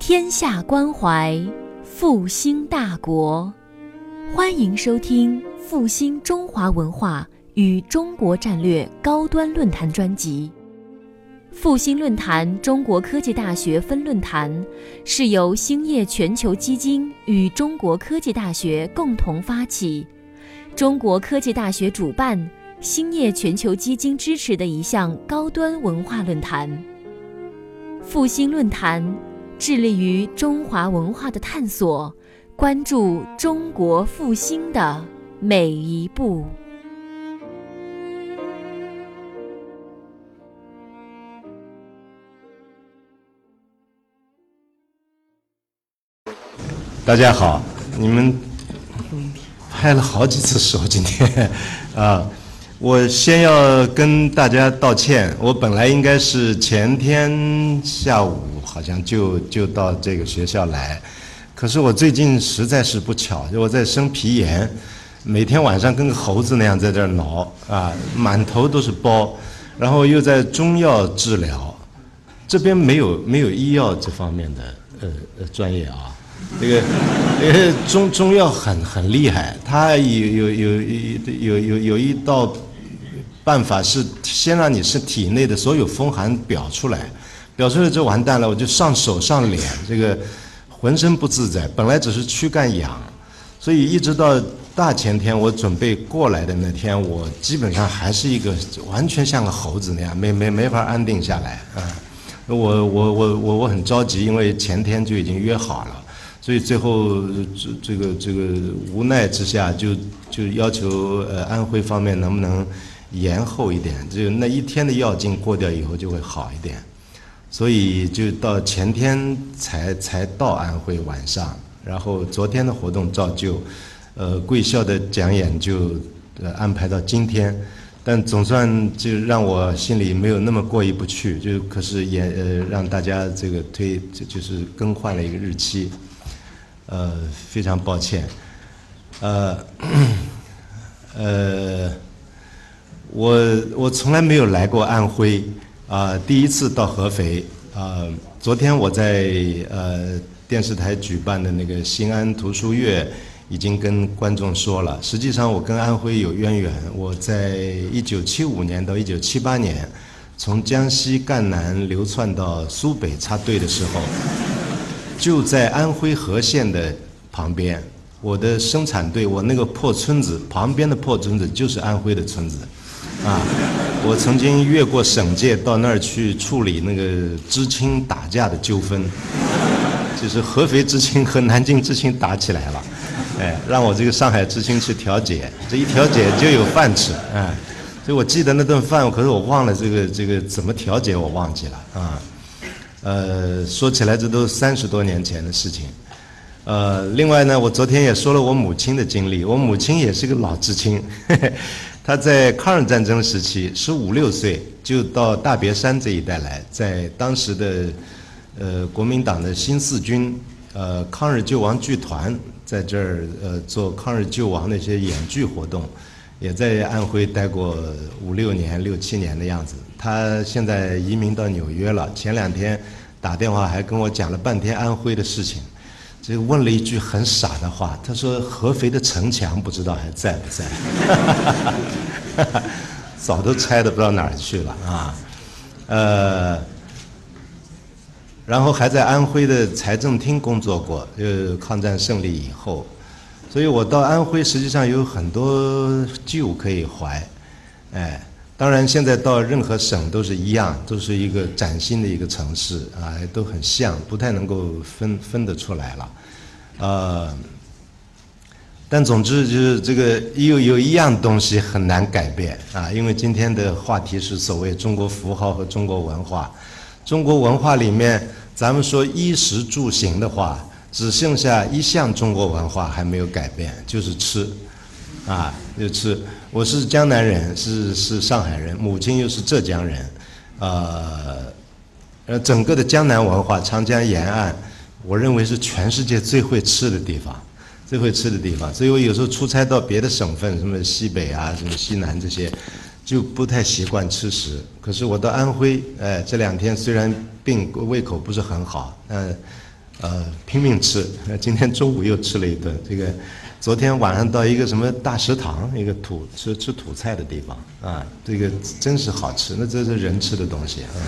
天下关怀，复兴大国。欢迎收听复兴中华文化与中国战略高端论坛专辑。复兴论坛中国科技大学分论坛是由兴业全球基金与中国科技大学共同发起，中国科技大学主办，兴业全球基金支持的一项高端文化论坛。复兴论坛致力于中华文化的探索，关注中国复兴的每一步。 大家好，你们拍了好几次手今天啊！我先要跟大家道歉，我本来应该是前天下午好像就到这个学校来，可是我最近实在是不巧，我在生皮炎，每天晚上跟个猴子那样在这儿挠啊，满头都是包，然后又在中药治疗，这边没有医药这方面的专业啊。这个中药很厉害，它有一道办法是先让你是体内的所有风寒表出来就完蛋了，我就上手上脸，这个浑身不自在。本来只是躯干痒，所以一直到大前天我准备过来的那天，我基本上还是一个完全像个猴子那样，没法安定下来啊。我很着急，因为前天就已经约好了。所以最后这个无奈之下就要求安徽方面能不能延后一点，就那一天的药劲过掉以后就会好一点，所以就到前天才到安徽晚上，然后昨天的活动照旧，贵校的讲演就安排到今天，但总算就让我心里没有那么过意不去，就可是也让大家这个就是更换了一个日期。非常抱歉，我从来没有来过安徽，第一次到合肥，昨天我在电视台举办的那个新安图书月已经跟观众说了，实际上我跟安徽有渊源，我在1975年到1978年，从江西赣南流窜到苏北插队的时候。就在安徽和县的旁边，我的生产队，我那个破村子旁边的破村子就是安徽的村子，啊，我曾经越过省界到那儿去处理那个知青打架的纠纷，就是合肥知青和南京知青打起来了，哎，让我这个上海知青去调解，这一调解就有饭吃，哎，所以我记得那顿饭，可是我忘了这个怎么调解，我忘记了啊。说起来这都30多年前的事情，另外呢，我昨天也说了我母亲的经历，我母亲也是个老知青，她在抗日战争时期15、16岁就到大别山这一带来，在当时的国民党的新四军抗日救亡剧团在这儿做抗日救亡的一些演剧活动，也在安徽待过5、6年、6、7年的样子。他现在移民到纽约了，前2天打电话还跟我讲了半天安徽的事情，这个问了一句很傻的话，他说合肥的城墙不知道还在不在，早都拆得不知道哪儿去了啊，然后还在安徽的财政厅工作过，抗战胜利以后，所以我到安徽实际上有很多旧可以怀，哎。当然，现在到任何省都是一样，都是一个崭新的一个城市啊，都很像，不太能够分得出来了，但总之就是这个有一样东西很难改变啊，因为今天的话题是所谓中国符号和中国文化。中国文化里面，咱们说衣食住行的话，只剩下一项中国文化还没有改变，就是吃。啊，就吃。我是江南人，是上海人，母亲又是浙江人，整个的江南文化，长江沿岸，我认为是全世界最会吃的地方，最会吃的地方。所以我有时候出差到别的省份，什么西北啊，什么西南这些，就不太习惯吃食。可是我到安徽，这2天虽然胃口不是很好， 拼命吃。今天中午又吃了一顿。这个昨天晚上到一个什么大食堂，一个吃土菜的地方啊，这个真是好吃。那这是人吃的东西啊。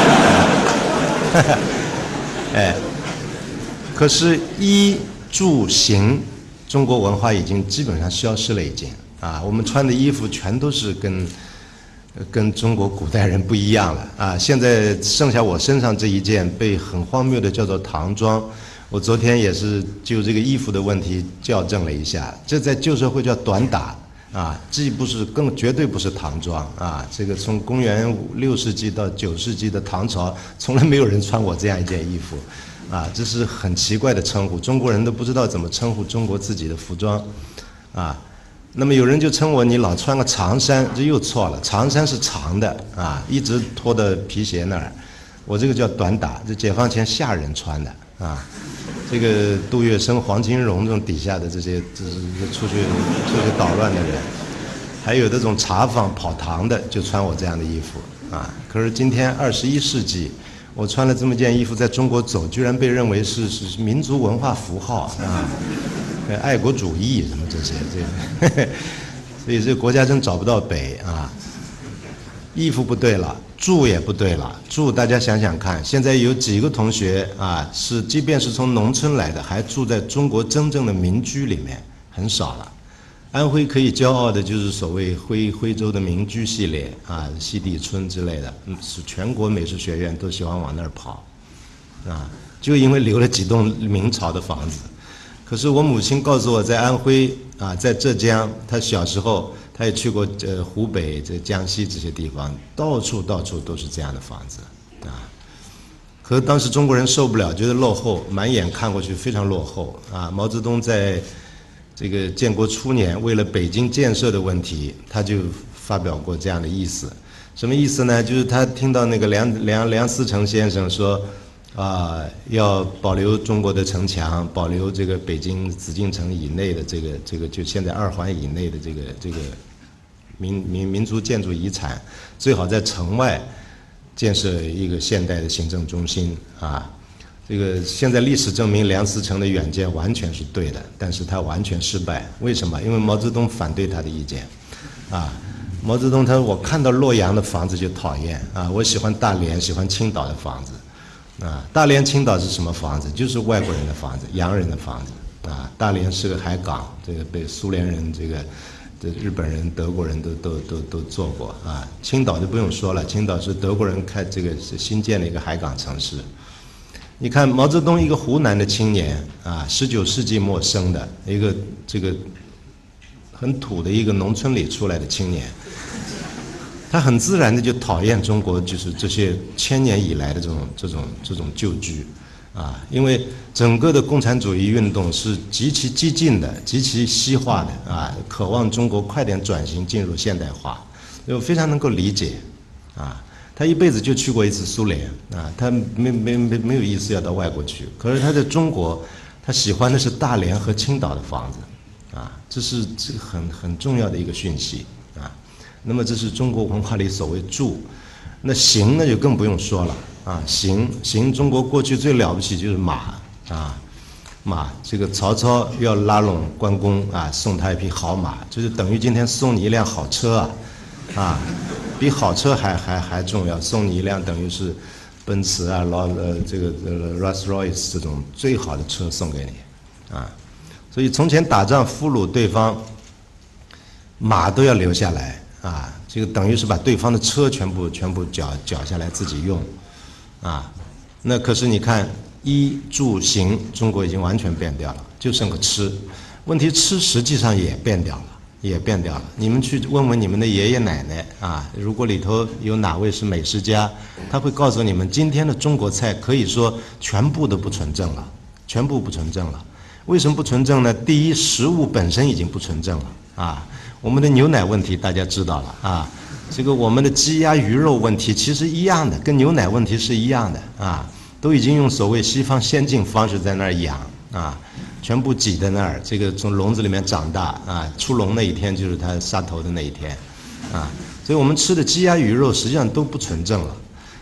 哎，可是衣住行，中国文化已经基本上消失了已经啊。我们穿的衣服全都是跟中国古代人不一样了啊！现在剩下我身上这一件被很荒谬的叫做唐装，我昨天也是就这个衣服的问题校正了一下，这在旧社会叫短打啊，既不是更绝对不是唐装啊！这个从公元6世纪到9世纪的唐朝，从来没有人穿过这样一件衣服啊，这是很奇怪的称呼，中国人都不知道怎么称呼中国自己的服装啊。那么有人就称我你老穿个长衫，这又错了，长衫是长的啊，一直拖到皮鞋那儿，我这个叫短打，这解放前下人穿的啊。这个杜月笙、黄金荣这种底下的这些出去捣乱的人，还有这种茶坊跑堂的就穿我这样的衣服啊。可是今天21世纪，我穿了这么件衣服在中国走，居然被认为是民族文化符号啊。爱国主义什么这些，所以这个国家真找不到北啊。衣服不对了，住也不对了。住大家想想看，现在有几个同学啊，即便是从农村来的，还住在中国真正的民居里面，很少了。安徽可以骄傲的就是所谓徽州的民居系列啊，西递村之类的，是全国美术学院都喜欢往那儿跑啊，就因为留了几栋明朝的房子。可是我母亲告诉我，在安徽啊，在浙江，她小时候她也去过湖北、江西这些地方，到处都是这样的房子啊。可是当时中国人受不了，觉得落后，满眼看过去非常落后啊。毛泽东在这个建国初年，为了北京建设的问题，他就发表过这样的意思。什么意思呢？就是他听到那个梁思成先生说。要保留中国的城墙，保留这个北京紫禁城以内的这个就现在2环以内的这个民族建筑遗产，最好在城外建设一个现代的行政中心啊。这个现在历史证明梁思成的远见完全是对的，但是他完全失败。为什么？因为毛泽东反对他的意见啊。毛泽东他说我看到洛阳的房子就讨厌啊，我喜欢大连，喜欢青岛的房子。啊，大连、青岛是什么房子？就是外国人的房子，洋人的房子。啊，大连是个海港，这个被苏联人、日本人、德国人都做过啊。青岛就不用说了，青岛是德国人是新建的一个海港城市。你看毛泽东一个湖南的青年啊，19世纪末生的一个这个很土的一个农村里出来的青年。他很自然的就讨厌中国，就是这些1000年以来的这种旧居，啊，因为整个的共产主义运动是极其激进的、极其西化的啊，渴望中国快点转型进入现代化，我非常能够理解，啊，他一辈子就去过一次苏联，啊，他没有意思要到外国去，可是他在中国，他喜欢的是大连和青岛的房子，啊，这是很重要的一个讯息，啊。那么这是中国文化里所谓住，那行呢就更不用说了啊，行中国过去最了不起就是马啊，马这个曹操要拉拢关公啊，送他一匹好马，就是等于今天送你一辆好车啊，比好车还重要，送你一辆等于是奔驰啊、Rolls-Royce 这种最好的车送给你啊，所以从前打仗俘虏对方，马都要留下来。啊，这个等于是把对方的车全部缴下来自己用，啊，那可是你看衣住行，中国已经完全变掉了，就剩个吃。问题吃实际上也变掉了。你们去问问你们的爷爷奶奶啊，如果里头有哪位是美食家，他会告诉你们，今天的中国菜可以说全部都不纯正了，全部不纯正了。为什么不纯正呢？第一，食物本身已经不纯正了啊。我们的牛奶问题大家知道了啊，这个我们的鸡鸭鱼肉问题其实一样的，跟牛奶问题是一样的啊，都已经用所谓西方先进方式在那儿养啊，全部挤在那儿，这个从笼子里面长大啊，出笼那一天就是它杀头的那一天啊，所以我们吃的鸡鸭鱼肉实际上都不纯正了。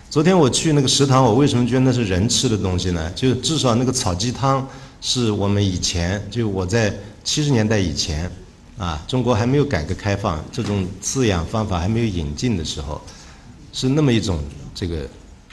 昨天我去那个食堂，我为什么觉得那是人吃的东西呢？就至少那个炒鸡汤是我们以前，就我在70年代以前，中国还没有改革开放，这种饲养方法还没有引进的时候，是那么一种这个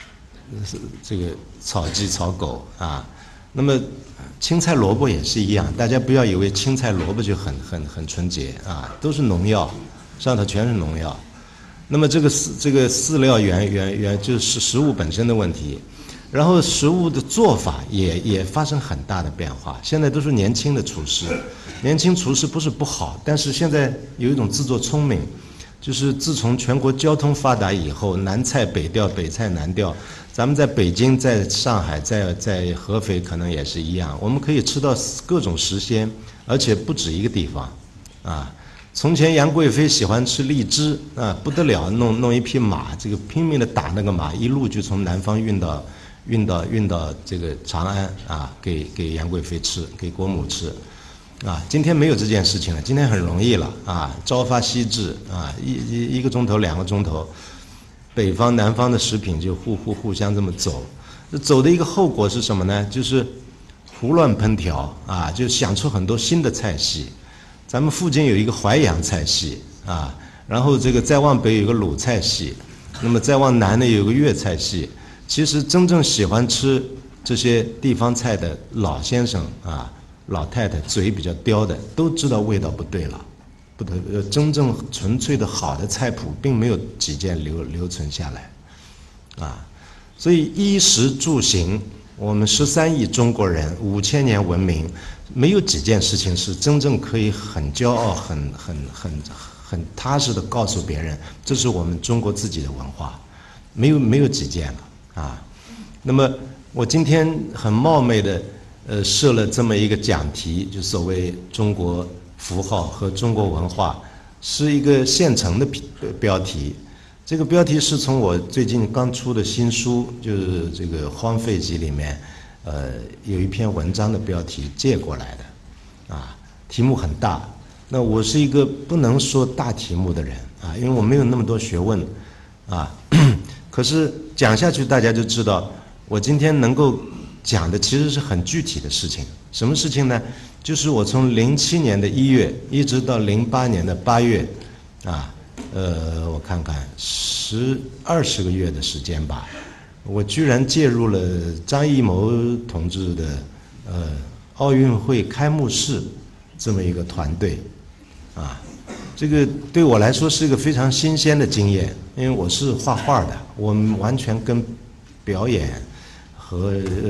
炒鸡炒狗啊。那么青菜萝卜也是一样，大家不要以为青菜萝卜就很纯洁啊，都是农药，上头全是农药。那么这个饲料源就是食物本身的问题，然后食物的做法也发生很大的变化。现在都是年轻的厨师，年轻厨师不是不好，但是现在有一种自作聪明，就是自从全国交通发达以后，南菜北调，北菜南调。咱们在北京、在上海、在合肥可能也是一样，我们可以吃到各种时鲜，而且不止一个地方啊。从前杨贵妃喜欢吃荔枝啊，不得了，弄一匹马，这个拼命的打那个马，一路就从南方运到这个长安啊，给杨贵妃吃，给国母吃啊。今天没有这件事情了，今天很容易了啊，朝发夕至啊，一个钟头2个钟头，北方南方的食品就互相这么走，走的一个后果是什么呢？就是胡乱烹调啊，就想出很多新的菜系。咱们附近有一个淮扬菜系啊，然后这个再往北有个鲁菜系，那么再往南呢有个粤菜系。其实真正喜欢吃这些地方菜的老先生啊、老太太，嘴比较刁的，都知道味道不对了。真正纯粹的好的菜谱并没有几件留存下来啊。所以衣食住行，我们13亿中国人5000年文明，没有几件事情是真正可以很骄傲、很踏实的告诉别人，这是我们中国自己的文化，没有几件了啊。那么我今天很冒昧的设了这么一个讲题，就所谓中国符号和中国文化，是一个现成的标题。这个标题是从我最近刚出的新书，就是这个《荒废集》里面，有一篇文章的标题借过来的，啊，题目很大。那我是一个不能说大题目的人啊，因为我没有那么多学问，啊，可是讲下去大家就知道，我今天能够讲的其实是很具体的事情。什么事情呢？就是我从07年的1月一直到08年的8月，啊。我看看20个月的时间吧，我居然介入了张艺谋同志的奥运会开幕式这么一个团队啊，这个对我来说是一个非常新鲜的经验，因为我是画画的，我们完全跟表演和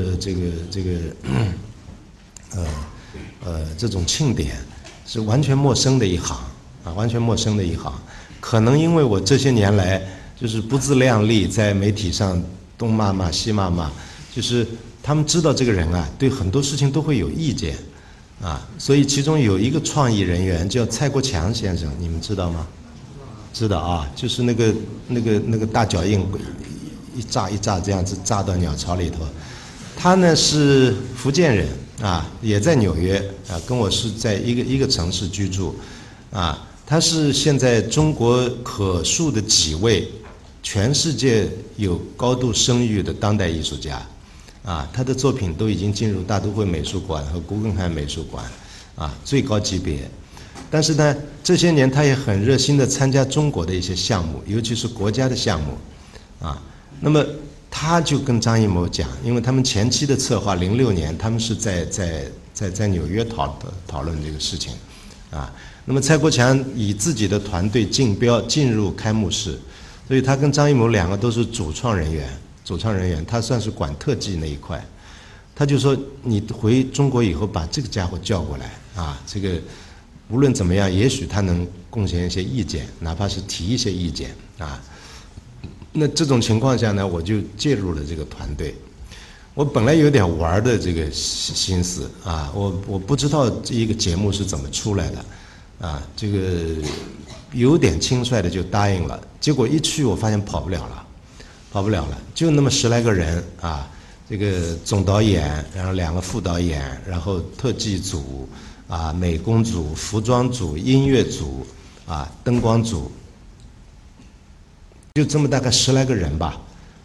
这种庆典是完全陌生的一行啊，完全陌生的一行。可能因为我这些年来就是不自量力，在媒体上东骂骂西骂骂，就是他们知道这个人啊，对很多事情都会有意见啊，所以其中有一个创意人员叫蔡国强先生，你们知道吗？知道啊，就是那个大脚印一炸这样子炸到鸟巢里头。他呢是福建人啊，也在纽约啊，跟我是在一个城市居住啊。他是现在中国可数的几位全世界有高度声誉的当代艺术家啊，他的作品都已经进入大都会美术馆和古根海美术馆啊，最高级别。但是呢，这些年他也很热心的参加中国的一些项目，尤其是国家的项目啊。那么他就跟张艺谋讲，因为他们前期的策划06年他们是在纽约讨论这个事情啊。那么蔡国强以自己的团队竞标进入开幕式，所以他跟张艺谋2个都是主创人员，他算是管特技那一块。他就说你回中国以后把这个家伙叫过来啊，这个无论怎么样，也许他能贡献一些意见，哪怕是提一些意见啊。那这种情况下呢，我就介入了这个团队。我本来有点玩的这个心思啊，我不知道这一个节目是怎么出来的。啊，这个有点轻率的就答应了，结果一去我发现跑不了了，就那么10来个人啊，这个总导演，然后2个副导演，然后特技组啊、美工组、服装组、音乐组啊、灯光组，就这么大概10来个人吧，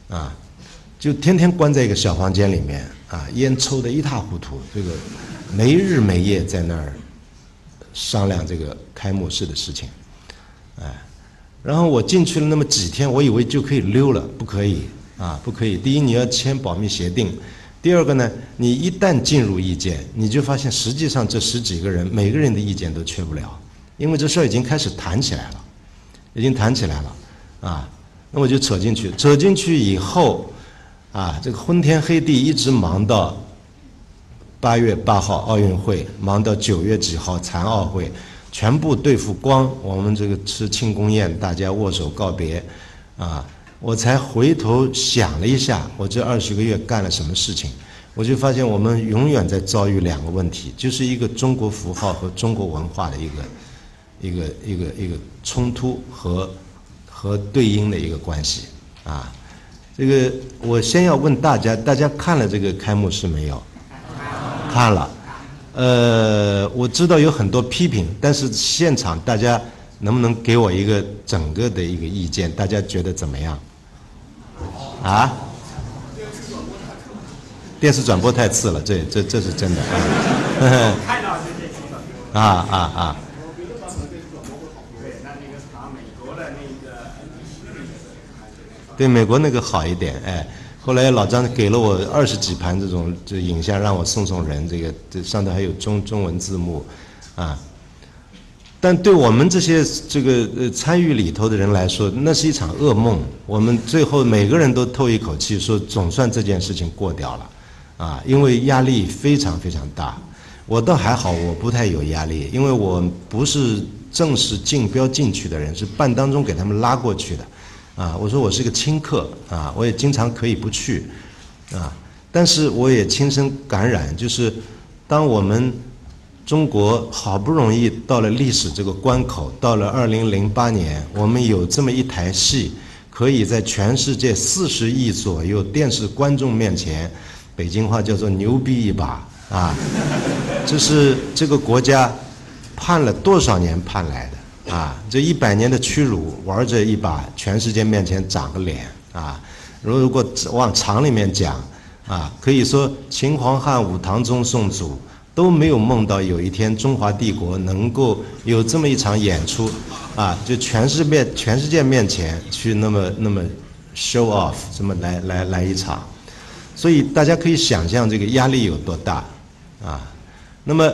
啊，就天天关在一个小房间里面啊，烟抽得一塌糊涂，这个没日没夜在那儿商量这个开幕式的事情，哎，然后我进去了那么几天，我以为就可以溜了，不可以啊，不可以。第一，你要签保密协定；第二个呢，你一旦进入意见，你就发现实际上这10几个人每个人的意见都缺不了，因为这事儿已经开始谈起来了，已经谈起来了啊。那我就扯进去以后啊，这个昏天黑地一直忙到8月8号奥运会，忙到9月几号残奥会，全部对付光，我们这个吃庆功宴，大家握手告别啊，我才回头想了一下，我这20个月干了什么事情，我就发现我们永远在遭遇2个问题，就是一个中国符号和中国文化的一个冲突和对应的一个关系啊。这个我先要问大家看了这个开幕式没有？看了。我知道有很多批评，但是现场大家能不能给我一个整个的一个意见？大家觉得怎么样？啊？电视转播太次了，这是真的啊。对，美国那个好一点，哎，后来老张给了我20几盘这种影像，让我送人，这上头还有中文字幕，啊，但对我们这些参与里头的人来说，那是一场噩梦。我们最后每个人都透一口气，说总算这件事情过掉了，啊，因为压力非常非常大。我倒还好，我不太有压力，因为我不是正式竞标进去的人，是半当中给他们拉过去的。啊，我说我是个亲客啊，我也经常可以不去，啊，但是我也亲身感染，就是当我们中国好不容易到了历史这个关口，到了2008年，我们有这么一台戏，可以在全世界40亿左右电视观众面前，北京话叫做牛逼一把啊，这是这个国家盼了多少年盼来的。啊，这100年的屈辱，玩着一把全世界面前长个脸啊！如果往长里面讲啊，可以说秦皇汉武唐宗宋祖都没有梦到有一天中华帝国能够有这么一场演出啊，就全世界面前去那么 show off 这么来一场，所以大家可以想象这个压力有多大啊！那么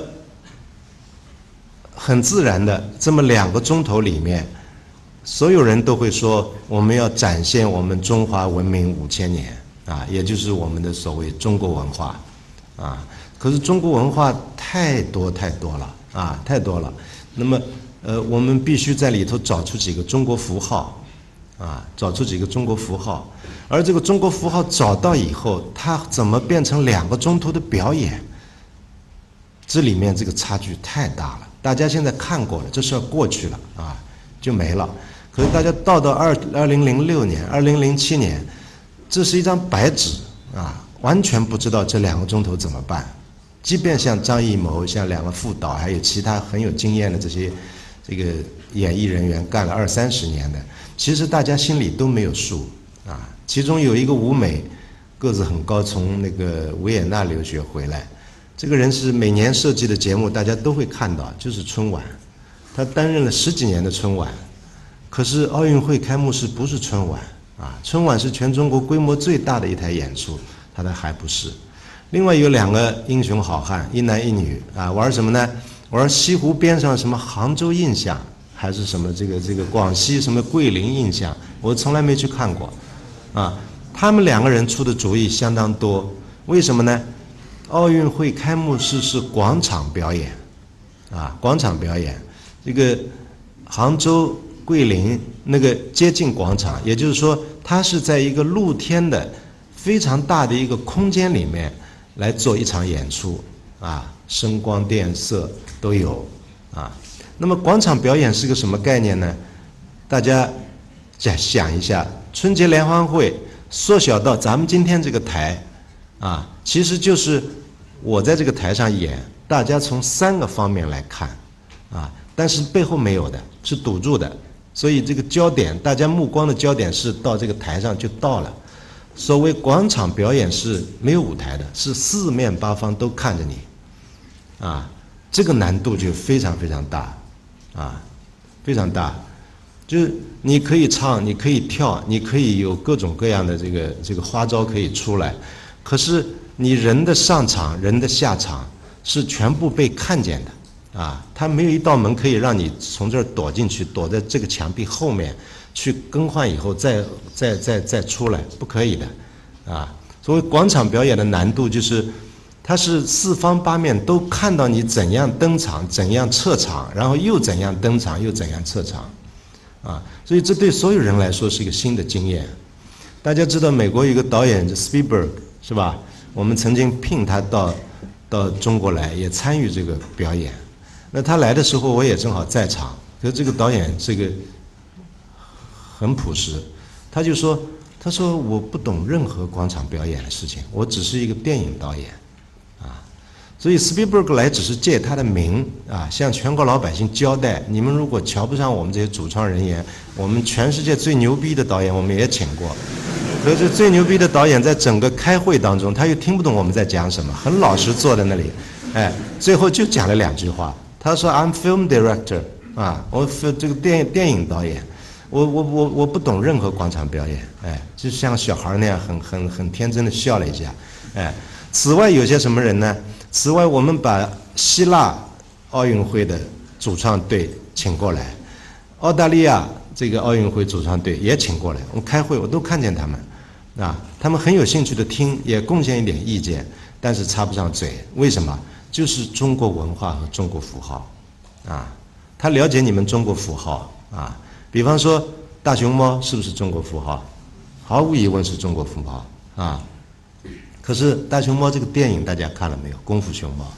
很自然的，这么2个钟头里面，所有人都会说我们要展现我们中华文明5000年啊，也就是我们的所谓中国文化啊。可是中国文化太多了啊，太多了。那么我们必须在里头找出几个中国符号啊，找出几个中国符号。而这个中国符号找到以后，它怎么变成2个钟头的表演？这里面这个差距太大了。大家现在看过了，这事儿过去了啊，就没了。可是大家到2006年、2007年，这是一张白纸啊，完全不知道这2个钟头怎么办。即便像张艺谋、像2个副导，还有其他很有经验的这个演艺人员，干了20-30年的，其实大家心里都没有数啊。其中有一个舞美，个子很高，从那个维也纳留学回来。这个人是每年设计的节目，大家都会看到，就是春晚。他担任了10几年的春晚，可是奥运会开幕式不是春晚啊，春晚是全中国规模最大的一台演出，他还不是。另外有2个英雄好汉，一男一女啊，玩什么呢？玩西湖边上什么杭州印象，还是什么这个广西什么桂林印象，我从来没去看过啊。他们2个人出的主意相当多，为什么呢？奥运会开幕式是广场表演，啊，广场表演。这个杭州、桂林那个接近广场，也就是说，它是在一个露天的非常大的一个空间里面来做一场演出，啊，声光电色都有，啊。那么广场表演是个什么概念呢？大家再想一下，春节联欢会缩小到咱们今天这个台。啊，其实就是我在这个台上演，大家从3个方面来看，啊，但是背后没有的，是堵住的，所以这个焦点，大家目光的焦点是到这个台上就到了， 所谓广场表演是没有舞台的，是四面八方都看着你，啊，这个难度就非常非常大，啊，非常大。就是你可以唱，你可以跳，你可以有各种各样的这个花招可以出来，可是你人的上场、人的下场是全部被看见的，啊，它没有一道门可以让你从这儿躲进去，躲在这个墙壁后面。去更换以后再出来，不可以的，啊！所谓广场表演的难度就是，它是四方八面都看到你怎样登场，怎样撤场，然后又怎样登场，又怎样撤场，啊！所以这对所有人来说是一个新的经验。大家知道美国有一个导演叫 Spielberg 是吧？我们曾经聘他到中国来，也参与这个表演。那他来的时候我也正好在场，可是这个导演这个。很朴实，他说我不懂任何广场表演的事情，我只是一个电影导演，啊，所以斯皮尔伯格来只是借他的名啊，向全国老百姓交代，你们如果瞧不上我们这些主创人员，我们全世界最牛逼的导演我们也请过，可是最牛逼的导演在整个开会当中，他又听不懂我们在讲什么，很老实坐在那里，哎，最后就讲了2句话，他说 I'm film director 啊，我这个电影导演。我不懂任何广场表演，哎，就像小孩那样很天真的笑了一下，哎。此外有些什么人呢？此外我们把希腊奥运会的主创队请过来，澳大利亚这个奥运会主创队也请过来，我们开会我都看见他们，啊，他们很有兴趣的听，也贡献一点意见，但是插不上嘴。为什么？就是中国文化和中国符号，啊，他了解你们中国符号啊。比方说大熊猫是不是中国符号？毫无疑问是中国符号啊。可是大熊猫这个电影大家看了没有？功夫熊猫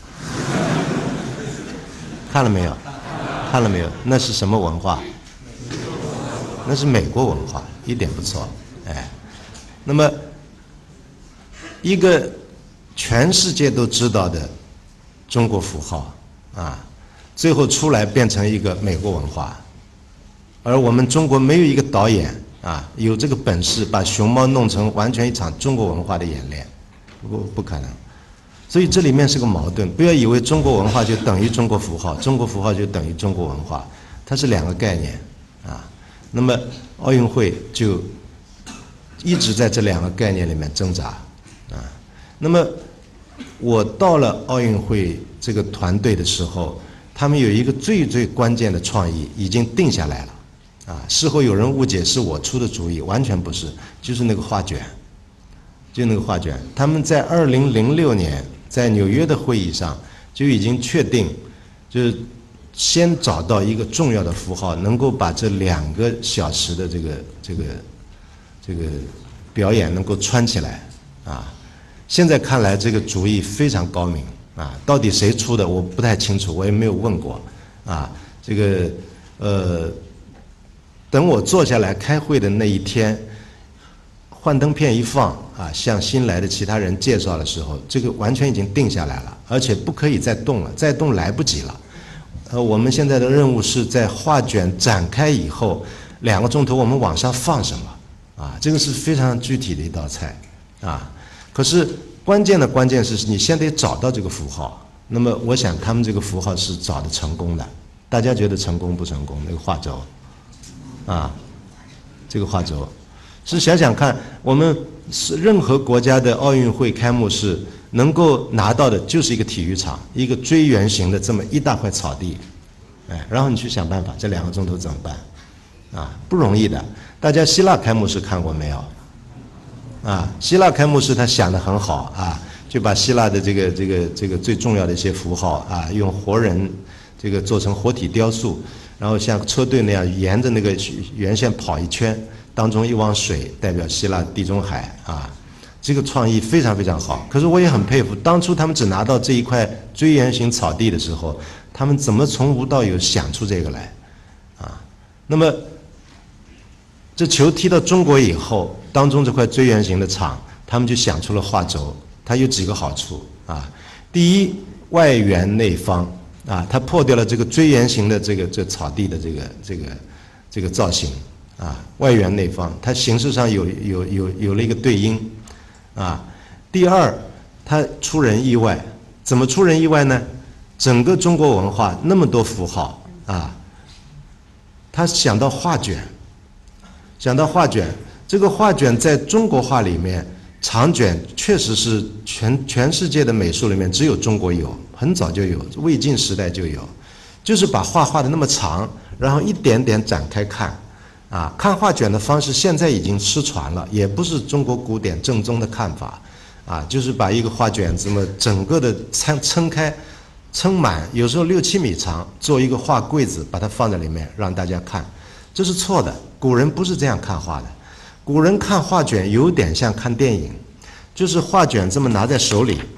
看了没有？看了没有？那是什么文化？那是美国文化，一点不错。哎，那么一个全世界都知道的中国符号啊，最后出来变成一个美国文化。而我们中国没有一个导演啊有这个本事把熊猫弄成完全一场中国文化的演练，不可能。所以这里面是个矛盾，不要以为中国文化就等于中国符号，中国符号就等于中国文化，它是2个概念啊。那么奥运会就一直在这2个概念里面挣扎啊。那么我到了奥运会这个团队的时候，他们有一个最关键的创意已经定下来了。啊，事后有人误解是我出的主意，完全不是，就是那个画卷，就那个画卷。他们在2006年在纽约的会议上就已经确定，就是先找到一个重要的符号，能够把这2个小时的这个表演能够串起来啊。现在看来这个主意非常高明啊，到底谁出的我不太清楚，我也没有问过啊。这个等我坐下来开会的那一天，幻灯片一放啊，向新来的其他人介绍的时候，这个完全已经定下来了，而且不可以再动了，再动来不及了。我们现在的任务是在画卷展开以后2个钟头我们往上放什么啊？这个是非常具体的一道菜啊。可是关键是你先得找到这个符号。那么我想他们这个符号是找的成功的，大家觉得成功不成功？那个画轴啊，这个画轴是想想看，我们是任何国家的奥运会开幕式能够拿到的就是一个体育场，一个锥圆形的这么一大块草地，哎，然后你去想办法这2个钟头怎么办啊？不容易的。大家希腊开幕式看过没有？啊，希腊开幕式他想得很好啊，就把希腊的这个最重要的一些符号啊，用活人这个做成活体雕塑。然后像车队那样沿着那个圆线跑一圈，当中一汪水代表希腊地中海啊，这个创意非常非常好。可是我也很佩服，当初他们只拿到这一块锥圆形草地的时候，他们怎么从无到有想出这个来啊？那么这球踢到中国以后，当中这块锥圆形的场，他们就想出了画轴，它有几个好处啊。第一，外圆内方。啊，它破掉了这个锥圆形的这草地的这个造型外圆内方，它形式上有了一个对应，第二，它出人意外，怎么出人意外呢？整个中国文化那么多符号他想到画卷，这个画卷在中国画里面，长卷确实是全世界的美术里面只有中国有，很早就有，魏晋时代就有，就是把画画的那么长，然后一点点展开看，看画卷的方式现在已经失传了，也不是中国古典正宗的看法，就是把一个画卷这么整个的撑开。撑满，有时候6、7米长，做一个画柜子，把它放在里面让大家看，这是错的。古人不是这样看画的，古人看画卷有点像看电影，就是画卷这么拿在手里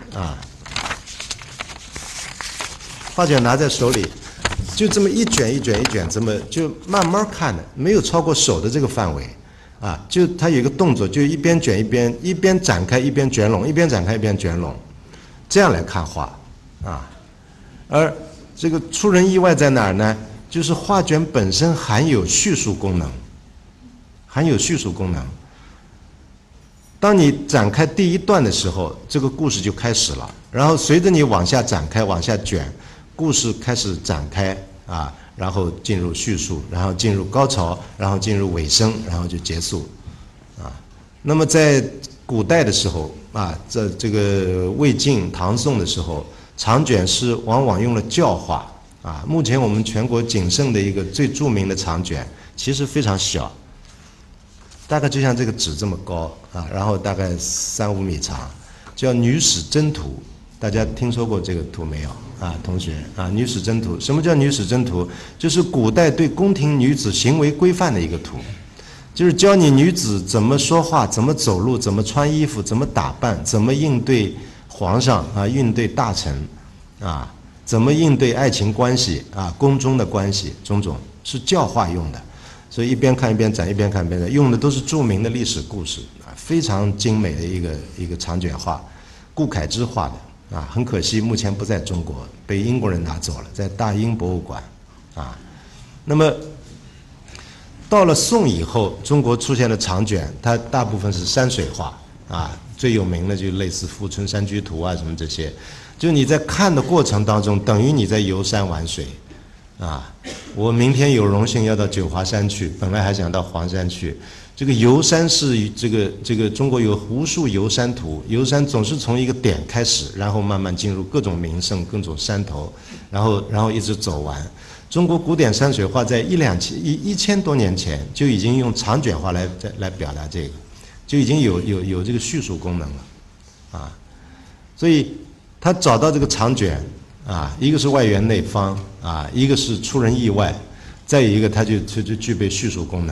画卷拿在手里，就这么一卷一卷一卷，这么就慢慢看的，没有超过手的这个范围就它有一个动作，就一边卷一边展开一边卷拢，一边展开一边卷拢，这样来看画而这个出人意外在哪儿呢？就是画卷本身含有叙述功能，当你展开第一段的时候，这个故事就开始了，然后随着你往下展开往下卷，故事开始展开然后进入叙述，然后进入高潮，然后进入尾声，然后就结束那么在古代的时候在这个魏晋唐宋的时候，长卷是往往用了教化目前我们全国仅剩的一个最著名的长卷，其实非常小，大概就像这个纸这么高然后大概3、5米长，叫《女史箴图》，大家听说过这个图没有同学女史箴图，什么叫女史箴图？就是古代对宫廷女子行为规范的一个图，就是教你女子怎么说话，怎么走路，怎么穿衣服，怎么打扮，怎么应对皇上应对大臣怎么应对爱情关系宫中的关系，种种是教化用的，所以一边看一边展，一边看一边展，用的都是著名的历史故事非常精美的一个长卷画，顾恺之画的很可惜目前不在中国，被英国人拿走了，在大英博物馆那么到了宋以后，中国出现的长卷，它大部分是山水画最有名的就类似《富春山居图》什么这些，就你在看的过程当中，等于你在游山玩水我明天有荣幸要到九华山去，本来还想到黄山去。这个游山是这个中国有无数游山图，游山总是从一个点开始，然后慢慢进入各种名胜、各种山头，然后一直走完。中国古典山水画在1000多年前就已经用长卷画来表达这个。就已经有这个叙述功能了所以他找到这个长卷一个是外圆内方一个是出人意外，再一个他就具备叙述功能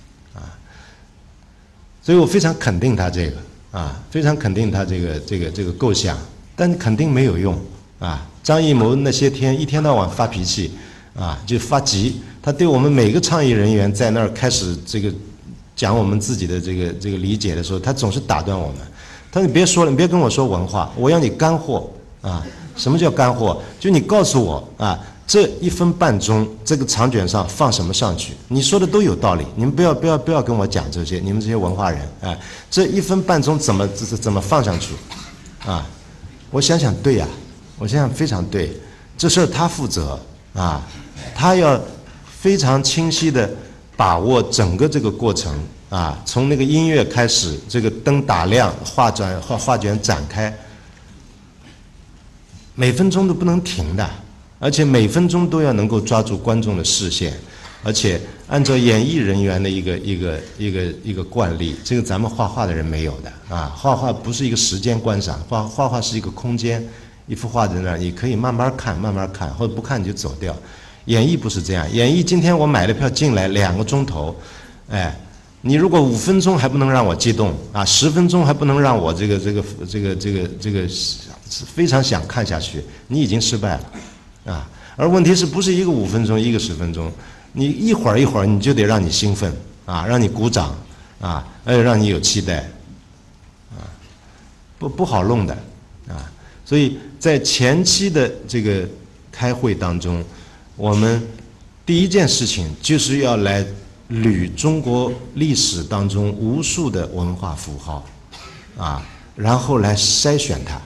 所以我非常肯定他这个非常肯定他这个构想，但肯定没有用张艺谋那些天一天到晚发脾气就发急，他对我们每个倡议人员在那儿开始讲我们自己的这个理解的时候，他总是打断我们。他说：“你别说了，你别跟我说文化，我要你干货什么叫干货？就你告诉我这1分半钟这个长卷上放什么上去？你说的都有道理，你们不要跟我讲这些，你们这些文化人这1分半钟怎么放上去我想想对我想想非常对，这事儿他负责他要非常清晰的把握整个这个过程从那个音乐开始，这个灯打亮，画卷展开，每分钟都不能停的，而且每分钟都要能够抓住观众的视线，而且按照演艺人员的一个惯例，这个咱们画画的人没有的画画不是一个时间观赏，画画是一个空间，一幅画在那儿，你可以慢慢看，或者不看你就走掉。演艺不是这样，演艺今天我买了票进来2个钟头，你如果5分钟还不能让我激动10分钟还不能让我这个非常想看下去，你已经失败了而问题是不是一个5分钟，一个10分钟，你一会儿你就得让你兴奋让你鼓掌而且让你有期待不好弄的所以在前期的这个开会当中，我们第一件事情就是要来捋中国历史当中无数的文化符号，啊，然后来筛选它，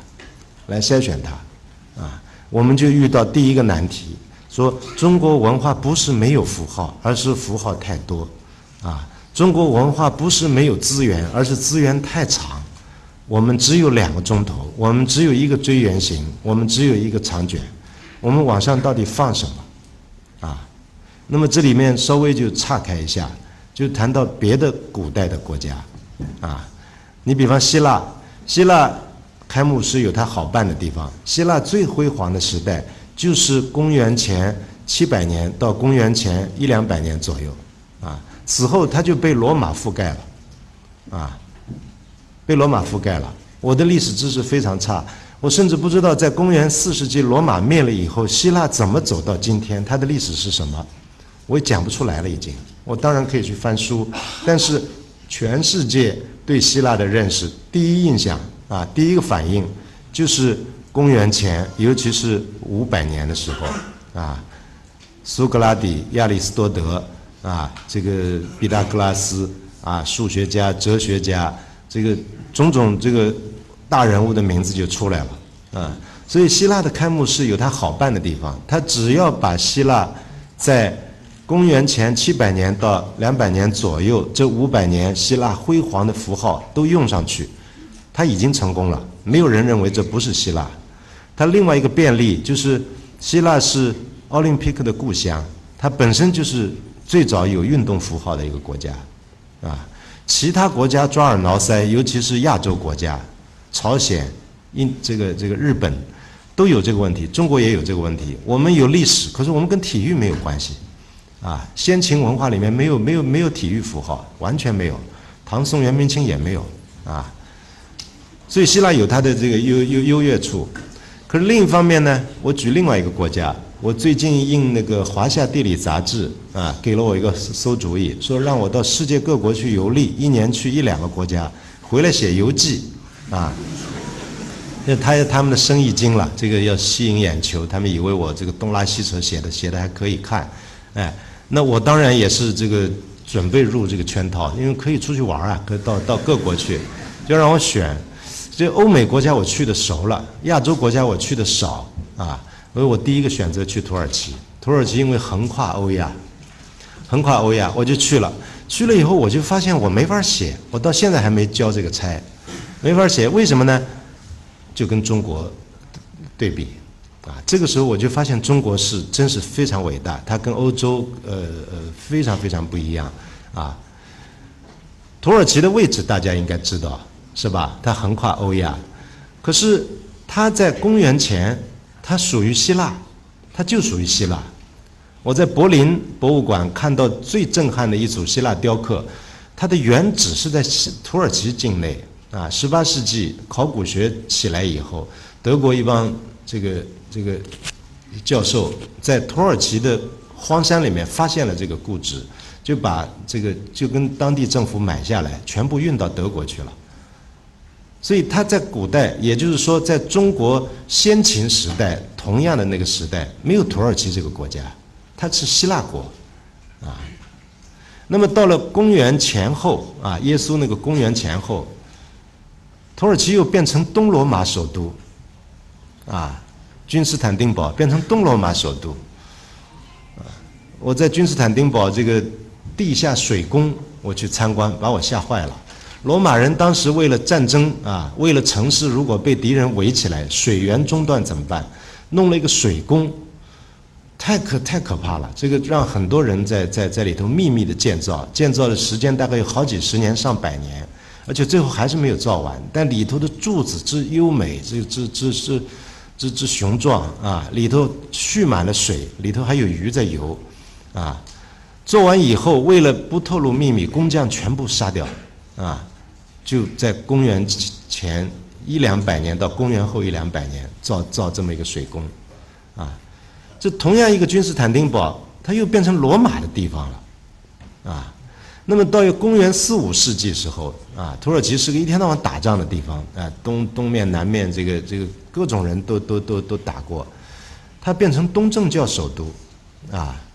我们就遇到第一个难题，说中国文化不是没有符号，而是符号太多，啊，中国文化不是没有资源，而是资源太长，我们只有2个钟头，我们只有一个追圆形，我们只有一个长卷，我们往上到底放什么？啊，那么这里面稍微就岔开一下，就谈到别的古代的国家，啊，你比方希腊开幕式有它好办的地方，希腊最辉煌的时代就是公元前700年到公元前100-200年左右，啊，此后它就被罗马覆盖了，啊，被罗马覆盖了。我的历史知识非常差，我甚至不知道在公元4世纪罗马灭了以后，希腊怎么走到今天，它的历史是什么，我也讲不出来了已经。我当然可以去翻书，但是全世界对希腊的认识，第一印象啊，第一个反应就是公元前，尤其是500年的时候啊，苏格拉底、亚里士多德啊，这个毕达哥拉斯啊，数学家、哲学家，这个种种这个大人物的名字就出来了啊。所以希腊的开幕式有它好办的地方，它只要把希腊在公元前700年到200年左右这500年希腊辉煌的符号都用上去，它已经成功了，没有人认为这不是希腊。它另外一个便利就是希腊是奥林匹克的故乡，它本身就是最早有运动符号的一个国家啊。其他国家抓耳挠腮，尤其是亚洲国家，朝鲜、这个日本都有这个问题，中国也有这个问题。我们有历史，可是我们跟体育没有关系啊。先秦文化里面没有体育符号，完全没有，唐宋元明清也没有啊。所以希腊有它的这个优越处。可是另一方面呢，我举另外一个国家，我最近应那个《华夏地理》杂志啊，给了我一个馊主意，说让我到世界各国去游历，1年去1-2个国家，回来写游记啊。因为他们的生意精了，这个要吸引眼球，他们以为我这个东拉西扯写的还可以看，哎，那我当然也是这个准备入这个圈套，因为可以出去玩啊，可以到各国去，就让我选。这欧美国家我去的熟了，亚洲国家我去的少啊，所以我第一个选择去土耳其。土耳其因为横跨欧亚，我就去了。去了以后我就发现我没法写，我到现在还没交这个差，没法写。为什么呢？就跟中国对比啊，这个时候我就发现中国真是非常伟大，它跟欧洲非常非常不一样啊。土耳其的位置大家应该知道。是吧？它横跨欧亚，可是它在公元前，它属于希腊，它就属于希腊。我在柏林博物馆看到最震撼的一组希腊雕刻，它的原址是在土耳其境内啊。18世纪考古学起来以后，德国一帮这个教授在土耳其的荒山里面发现了这个故址，就把这个就跟当地政府买下来，全部运到德国去了。所以它在古代，也就是说在中国先秦时代同样的那个时代，没有土耳其这个国家，它是希腊国啊。那么到了公元前后啊，耶稣那个公元前后，土耳其又变成东罗马首都啊，君士坦丁堡变成东罗马首都啊。我在君士坦丁堡这个地下水宫我去参观，把我吓坏了。罗马人当时为了战争啊，为了城市如果被敌人围起来，水源中断怎么办？弄了一个水宫，太可怕了。这个让很多人在里头秘密的建造的时间大概有好几十年、上百年，而且最后还是没有造完。但里头的柱子之优美，之雄壮啊，里头蓄满了水，里头还有鱼在游啊。做完以后，为了不透露秘密，工匠全部杀掉啊。就在公元前100-200年到公元后100-200年造这么一个水宫，啊，这同样一个君士坦丁堡，它又变成罗马的地方了，啊，那么到公元4、5世纪时候，啊，土耳其是个一天到晚打仗的地方，啊，东面南面这个各种人都打过，它变成东正教首都，啊，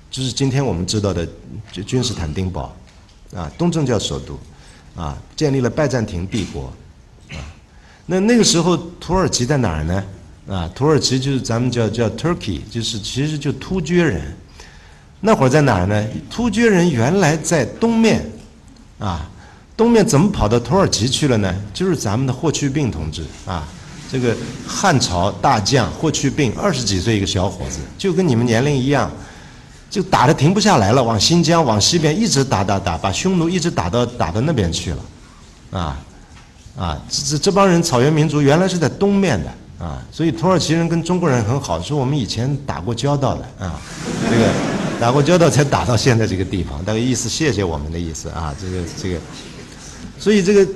就是今天我们知道的君士坦丁堡，东正教首都，建立了拜占庭帝国，那个时候土耳其在哪儿呢？土耳其就是咱们叫 Turkey， 就是其实就突厥人。那会儿在哪儿呢？突厥人原来在东面，东面怎么跑到土耳其去了呢？就是咱们的霍去病同志这个汉朝大将霍去病，20几岁一个小伙子，就跟你们年龄一样，就打得停不下来了，往新疆往西边一直打，把匈奴一直打到那边去了，这帮人草原民族原来是在东面的所以土耳其人跟中国人很好，说我们以前打过交道的这个打过交道才打到现在这个地方，大概意思谢谢我们的意思这个，所以这个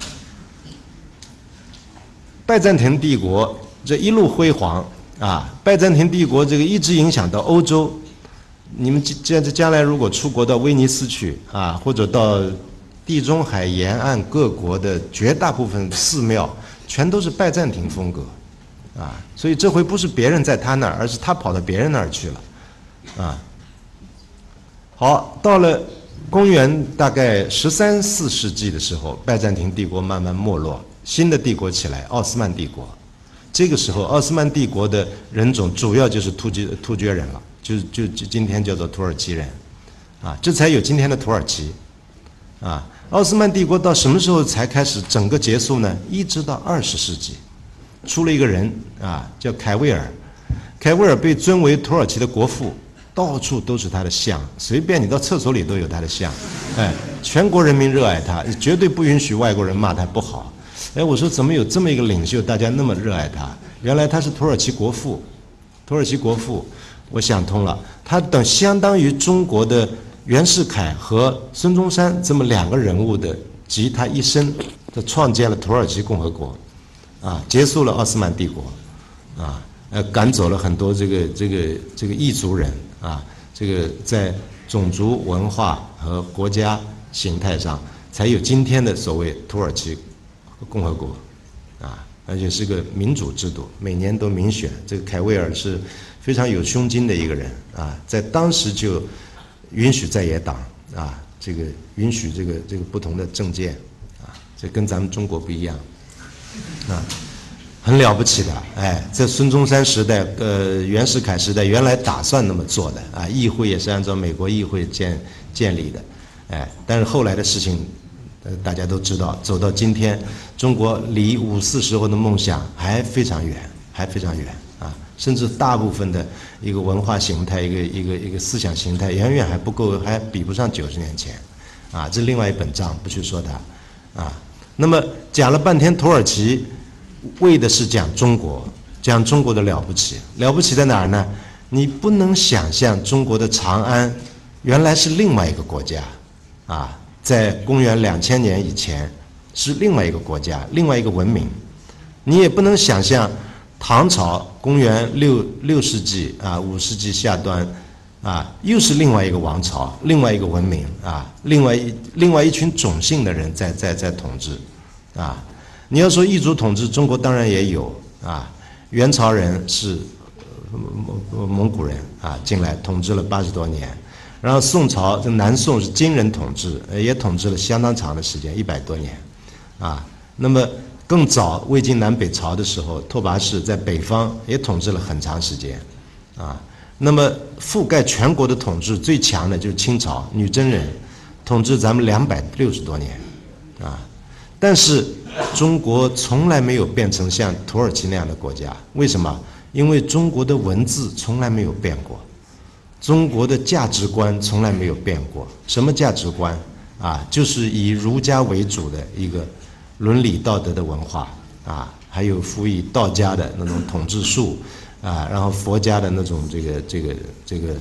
拜占庭帝国这一路辉煌拜占庭帝国这个一直影响到欧洲。你们将来如果出国到威尼斯去或者到地中海沿岸各国的绝大部分寺庙，全都是拜占庭风格所以这回不是别人在他那儿，而是他跑到别人那儿去了好，到了公元大概13、14世纪的时候，拜占庭帝国慢慢没落，新的帝国起来，奥斯曼帝国。这个时候，奥斯曼帝国的人种主要就是突厥人了，就今天叫做土耳其人，这才有今天的土耳其，奥斯曼帝国到什么时候才开始整个结束呢？一直到20世纪，出了一个人叫凯维尔，凯维尔被尊为土耳其的国父，到处都是他的像，随便你到厕所里都有他的像，全国人民热爱他，绝对不允许外国人骂他不好。我说怎么有这么一个领袖，大家那么热爱他？原来他是土耳其国父，我想通了，他相当于中国的袁世凯和孙中山这么2个人物的集他一身，他创建了土耳其共和国，结束了奥斯曼帝国，赶走了很多这个异族人这个在种族文化和国家形态上才有今天的所谓土耳其共和国而且是个民主制度，每年都民选。这个凯维尔是非常有胸襟的一个人在当时就允许在野党这个允许这个不同的政见这跟咱们中国不一样很了不起的。在孙中山时代袁世凯时代原来打算那么做的议会也是按照美国议会建立的但是后来的事情大家都知道，走到今天，中国离50时候的梦想还非常远甚至大部分的一个文化形态，一个思想形态，远远还不够，还比不上90年前这另外一本账，不去说它那么讲了半天土耳其，为的是讲中国的了不起，了不起在哪儿呢？你不能想象中国的长安原来是另外一个国家在公元2000年以前是另外一个国家，另外一个文明。你也不能想象唐朝公元6世纪5世纪下端又是另外一个王朝，另外一个文明另外一群种姓的人在统治你要说异族统治，中国当然也有元朝人是蒙古人进来统治了80多年。然后宋朝，这南宋是金人统治，也统治了相当长的时间，100多年，那么更早魏晋南北朝的时候，拓跋氏在北方也统治了很长时间，那么覆盖全国的统治最强的就是清朝，女真人统治咱们260多年，但是中国从来没有变成像土耳其那样的国家，为什么？因为中国的文字从来没有变过。中国的价值观从来没有变过，什么价值观就是以儒家为主的一个伦理道德的文化还有辅以道家的那种统治术然后佛家的那种这个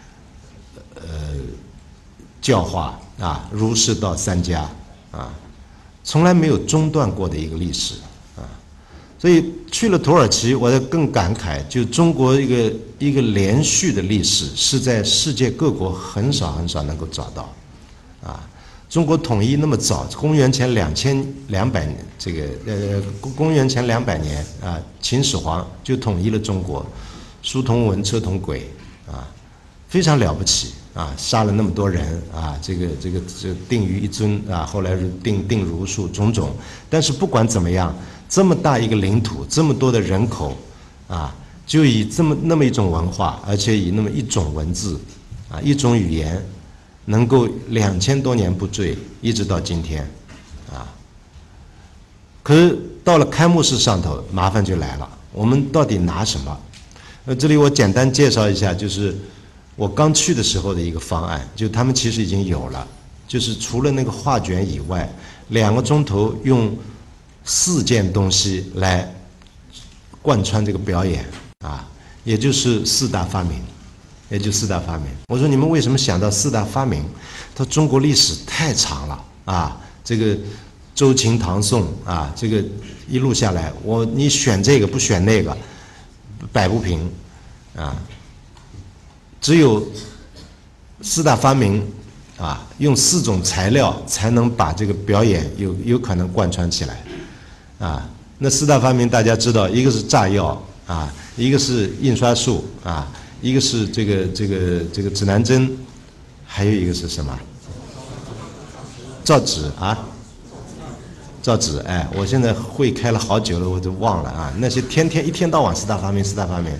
教化儒释道3家从来没有中断过的一个历史所以去了土耳其，我就更感慨，就中国一个连续的历史是在世界各国很少能够找到中国统一那么早，公元前2200年，公元前200年秦始皇就统一了中国，书同文，车同轨非常了不起啊，杀了那么多人啊，这定于一尊啊，后来是定如数种种。但是不管怎么样，这么大一个领土，这么多的人口啊，就以那么一种文化，而且以那么一种文字啊，一种语言，能够2000多年不坠，一直到今天啊。可是到了开幕式上头，麻烦就来了，我们到底拿什么？这里我简单介绍一下，就是我刚去的时候的一个方案，就他们其实已经有了，就是除了那个画卷以外，2个钟头用4件东西来贯穿这个表演啊，也就是4大发明，我说你们为什么想到4大发明？他说中国历史太长了啊，这个周秦唐宋啊，这个一路下来，你选这个不选那个，摆不平啊。只有4大发明啊，用4种材料才能把这个表演有可能贯穿起来啊。那4大发明大家知道，一个是炸药啊，一个是印刷术啊，一个是这个指南针，还有一个是什么？造纸啊。造纸，哎，我现在会开了好久了，我都忘了啊。那些一天到晚4大发明，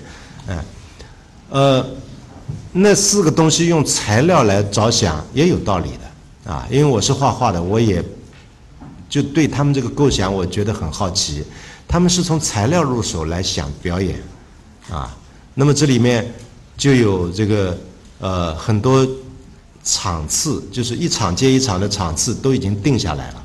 那4个东西用材料来着想也有道理的啊。因为我是画画的，我也就对他们这个构想我觉得很好奇。他们是从材料入手来想表演啊。那么这里面就有这个很多场次，就是一场接一场的场次都已经定下来了。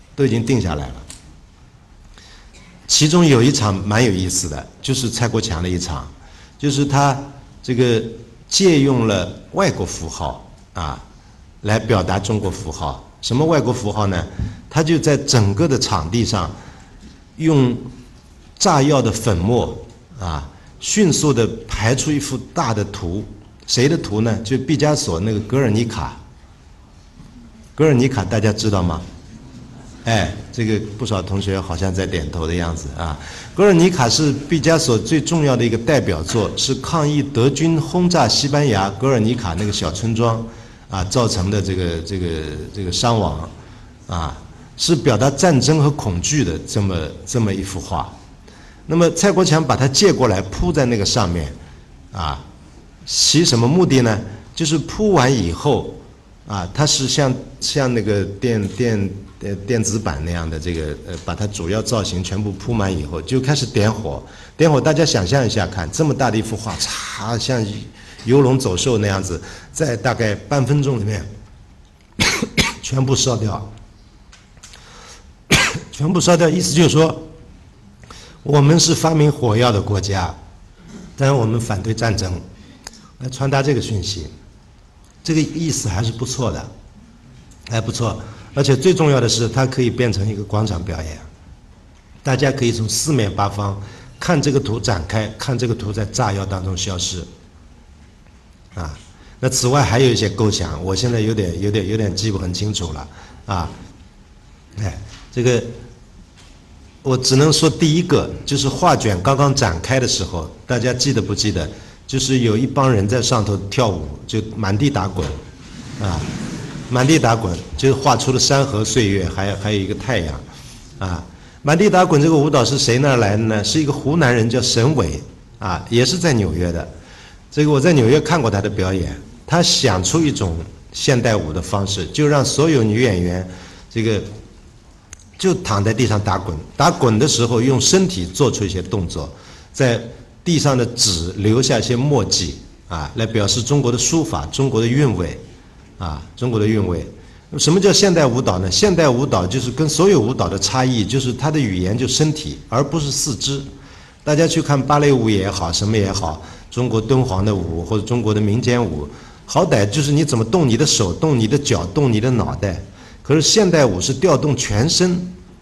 其中有一场蛮有意思的，就是蔡国强的一场，就是他这个借用了外国符号啊，来表达中国符号。什么外国符号呢？他就在整个的场地上用炸药的粉末啊，迅速地排出一幅大的图。谁的图呢？就毕加索那个《格尔尼卡》。格尔尼卡大家知道吗？哎，这个不少同学好像在点头的样子啊。格尔尼卡是毕加索最重要的一个代表作，是抗议德军轰炸西班牙格尔尼卡那个小村庄啊造成的这个伤亡啊，是表达战争和恐惧的这么一幅画。那么蔡国强把它借过来铺在那个上面啊，起什么目的呢？就是铺完以后啊，它是像那个电子版那样的这个把它主要造型全部铺满以后，就开始点火。大家想象一下看，这么大的一幅画，嚓，像游龙走兽那样子，在大概半分钟里面全部烧掉。意思就是说，我们是发明火药的国家，但是我们反对战争，来传达这个讯息。这个意思还是不错的，还不错。而且最重要的是，它可以变成一个广场表演，大家可以从4面8方看这个图展开，看这个图在炸药当中消失，啊，那此外还有一些构想，我现在有点记不很清楚了，啊，哎，这个我只能说第一个就是画卷刚刚展开的时候，大家记得不记得？就是有一帮人在上头跳舞，就满地打滚，啊。满地打滚，就是画出了山河岁月，还有一个太阳，啊，满地打滚这个舞蹈是谁那儿来的呢？是一个湖南人叫沈伟，啊，也是在纽约的。这个我在纽约看过他的表演，他想出一种现代舞的方式，就让所有女演员这个就躺在地上打滚，打滚的时候用身体做出一些动作，在地上的纸留下一些墨迹，啊，来表示中国的书法，中国的韵味。啊，中国的韵味。什么叫现代舞蹈呢？现代舞蹈就是跟所有舞蹈的差异，就是它的语言就身体，而不是四肢。大家去看芭蕾舞也好，什么也好，中国敦煌的舞或者中国的民间舞，好歹就是你怎么动你的手、动你的脚、动你的脑袋。可是现代舞是调动全身，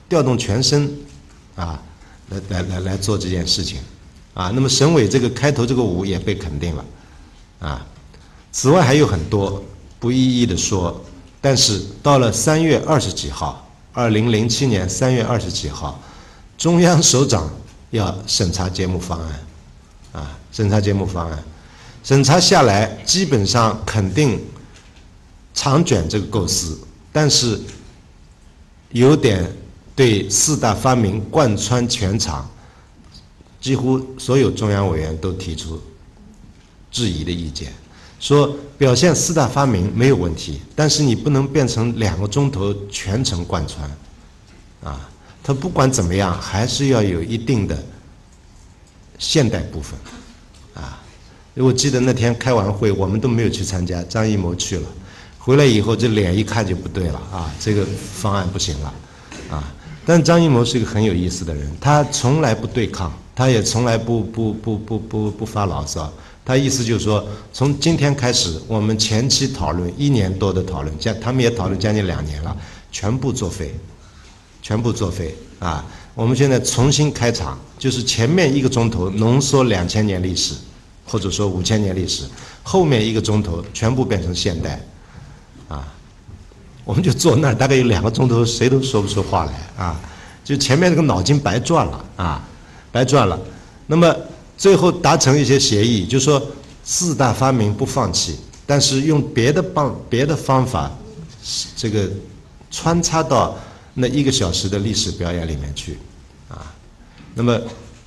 啊，来做这件事情，啊。那么沈伟这个开头这个舞也被肯定了，啊。此外还有很多。不一一的说，但是到了3月20几号，2007年3月20几号，中央首长要审查节目方案，啊，审查节目方案。 审查下来，基本上肯定长卷这个构思，但是有点对四大发明贯穿全场，几乎所有中央委员都提出质疑的意见，说表现四大发明没有问题，但是你不能变成2个钟头全程贯穿，啊，它不管怎么样还是要有一定的现代部分，啊，我记得那天开完会我们都没有去参加，张艺谋去了，回来以后这脸一看就不对了啊，这个方案不行了，啊，但张艺谋是一个很有意思的人，他从来不对抗，他也从来不发牢骚。他意思就是说，从今天开始，我们前期讨论1年多的讨论，他们也讨论将近2年了，全部作废，全部作废啊！我们现在重新开场，就是前面1个钟头浓缩2000年历史，或者说5000年历史，后面1个钟头全部变成现代，啊，我们就坐那儿，大概有2个钟头，谁都说不出话来啊！就前面这个脑筋白转了啊，白转了。那么最后达成一些协议，就是说4大发明不放弃，但是用别的方法，这个穿插到那1个小时的历史表演里面去，啊，那么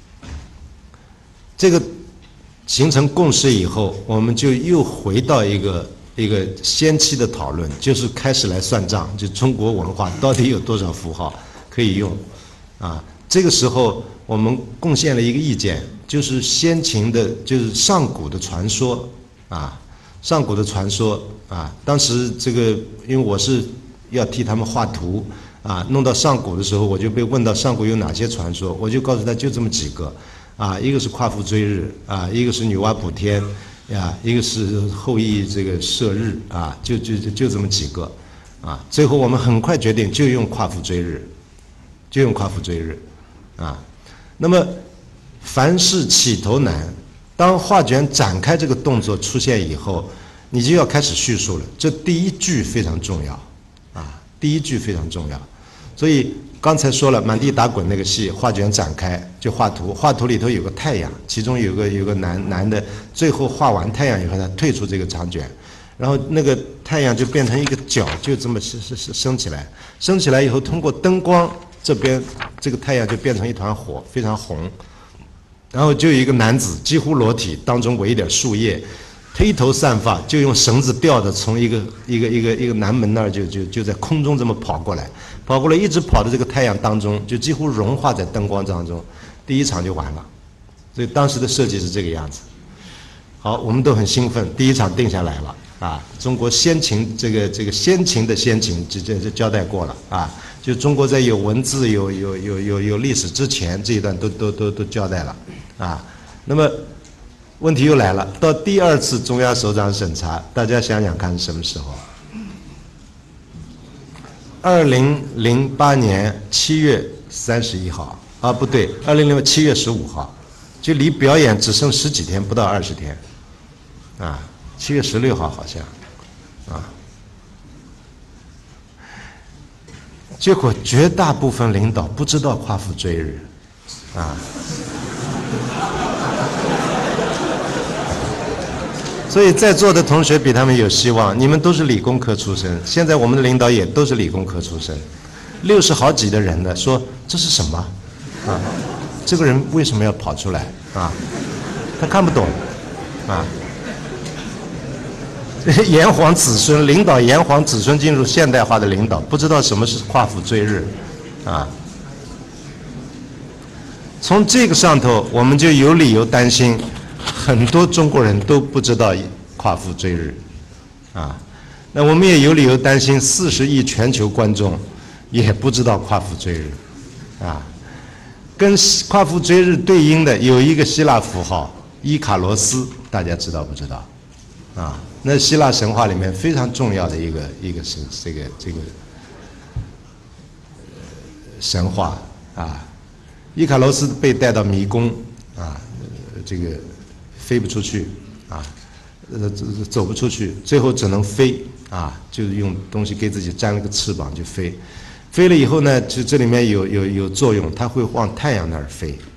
这个形成共识以后，我们就又回到一个先期的讨论，就是开始来算账，就中国文化到底有多少符号可以用，啊，这个时候我们贡献了一个意见。就是先秦的，就是上古的传说啊，上古的传说啊。当时这个，因为我是要替他们画图啊，弄到上古的时候，我就被问到上古有哪些传说，我就告诉他就这么几个啊，一个是夸父追日啊，一个是女娲补天呀，一个是后羿这个射日啊，就这么几个啊。最后我们很快决定就用夸父追日，就用夸父追日啊。那么凡事起头难，当画卷展开这个动作出现以后，你就要开始叙述了。这第1句非常重要，啊，第1句非常重要。所以刚才说了，满地打滚那个戏，画卷展开就画图，画图里头有个太阳，其中有个男的，最后画完太阳以后，他退出这个长卷，然后那个太阳就变成一个角，就这么升起来，升起来以后，通过灯光这边，这个太阳就变成一团火，非常红。然后就有一个男子几乎裸体，当中围一点树叶，披头散发，就用绳子吊着从一个南门那儿就在空中这么跑过来，一直跑到这个太阳当中，就几乎融化在灯光当中，第1场就完了。所以当时的设计是这个样子。好，我们都很兴奋，第1场定下来了啊！中国先秦这个先秦的先秦，这交代过了啊。就中国在有文字、有历史之前这一段都交代了啊。那么问题又来了，到第2次中央首长审查，大家想想看是什么时候？2008年7月31号啊，不对，2008 7月15号，就离表演只剩10几天，不到20天，啊，7月16号好像，啊。结果绝大部分领导不知道夸父追日，啊，所以在座的同学比他们有希望，你们都是理工科出身，现在我们的领导也都是理工科出身，60好几的人呢，说这是什么啊？这个人为什么要跑出来啊？他看不懂啊。炎黄子孙领导，炎黄子孙进入现代化的领导，不知道什么是夸父追日，啊。从这个上头，我们就有理由担心，很多中国人都不知道夸父追日，啊。那我们也有理由担心，40亿全球观众也不知道夸父追日，啊。跟夸父追日对应的有一个希腊符号伊卡罗斯，大家知道不知道？啊。那希腊神话里面非常重要的一个这个神话啊，伊卡罗斯被带到迷宫啊，这个飞不出去啊，走不出去，最后只能飞啊，就是用东西给自己粘了个翅膀就飞，飞了以后呢，就这里面有作用，它会往太阳那儿飞，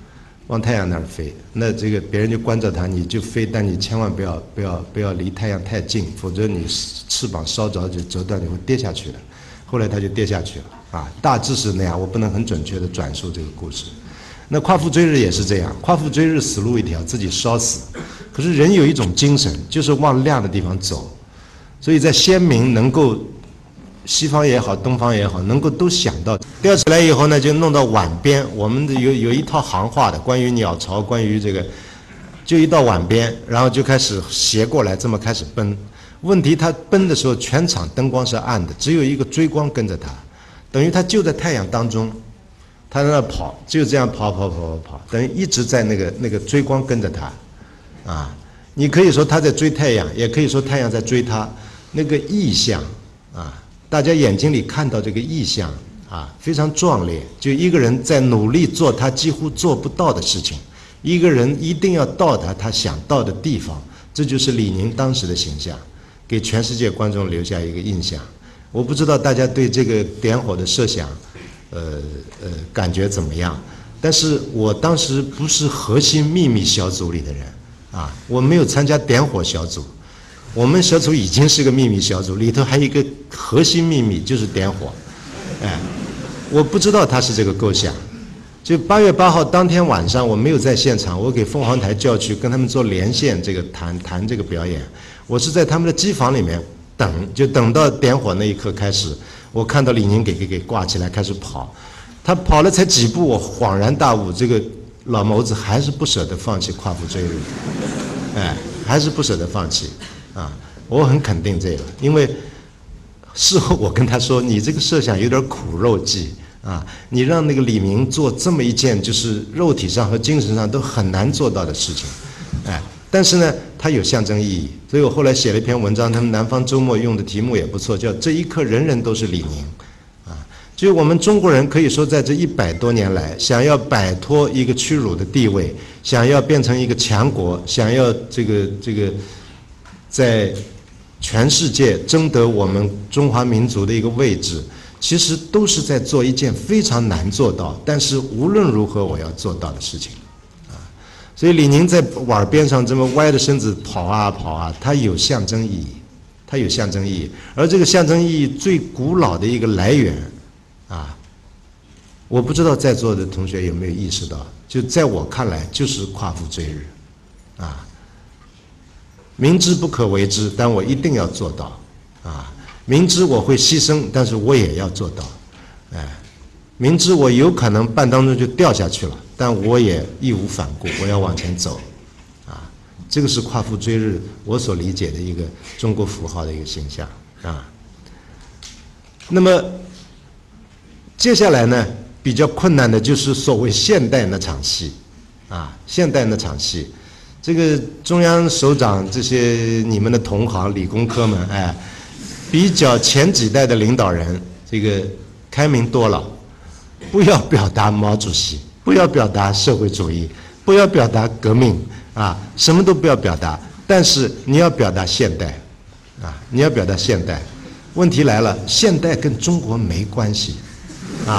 往太阳那儿飞。那这个别人就关着它，你就飞，但你千万不要离太阳太近，否则你翅膀烧着就折断，你会跌下去的。后来他就跌下去了啊，大致是那样，我不能很准确的转述这个故事。那夸父追日也是这样，夸父追日死路一条，自己烧死。可是人有一种精神，就是往亮的地方走，所以在先民能够，西方也好，东方也好，能够都想到吊起来以后呢，就弄到碗边。我们有一套行话的，关于鸟巢，关于这个，就一到碗边，然后就开始斜过来，这么开始奔。问题他奔的时候，全场灯光是暗的，只有一个追光跟着他，等于他就在太阳当中，他在那跑，就这样跑，等于一直在那个追光跟着他，啊，你可以说他在追太阳，也可以说太阳在追他。那个意象啊，大家眼睛里看到这个意象啊，非常壮烈。就一个人在努力做他几乎做不到的事情，一个人一定要到达他想到的地方，这就是李宁当时的形象。给全世界观众留下一个印象。我不知道大家对这个点火的设想，感觉怎么样？但是我当时不是核心秘密小组里的人啊，我没有参加点火小组。我们小组已经是个秘密小组，里头还有一个核心秘密就是点火。哎，我不知道他是这个构想。就8月8号当天晚上，我没有在现场，我给凤凰台叫去跟他们做连线，这个谈这个表演。我是在他们的机房里面等到点火那一刻开始，我看到李宁给挂起来开始跑，他跑了才几步，我恍然大悟，这个老谋子还是不舍得放弃夸父追日，哎，还是不舍得放弃啊！我很肯定这个，因为事后我跟他说，你这个设想有点苦肉计啊，你让那个李明做这么一件就是肉体上和精神上都很难做到的事情，哎。但是呢，它有象征意义，所以我后来写了一篇文章，他们南方周末用的题目也不错，叫这一刻人人都是李宁，啊，就我们中国人可以说在这100多年来，想要摆脱一个屈辱的地位，想要变成一个强国，想要这个在全世界争得我们中华民族的一个位置，其实都是在做一件非常难做到，但是无论如何我要做到的事情。所以李宁在碗边上这么歪着身子跑啊，它有象征意义，它有象征意义。而这个象征意义最古老的一个来源，啊，我不知道在座的同学有没有意识到，就在我看来就是夸父追日，啊，明知不可为之，但我一定要做到，啊，明知我会牺牲，但是我也要做到，哎，明知我有可能半当中就掉下去了。但我也义无反顾，我要往前走，啊，这个是夸父追日我所理解的一个中国符号的一个形象啊。那么接下来呢，比较困难的就是所谓现代那场戏，啊，现代那场戏，这个中央首长这些你们的同行理工科们，哎，比较前几代的领导人，这个开明多了，不要表达毛主席。不要表达社会主义，不要表达革命啊，什么都不要表达，但是你要表达现代，啊，你要表达现代。问题来了，现代跟中国没关系，啊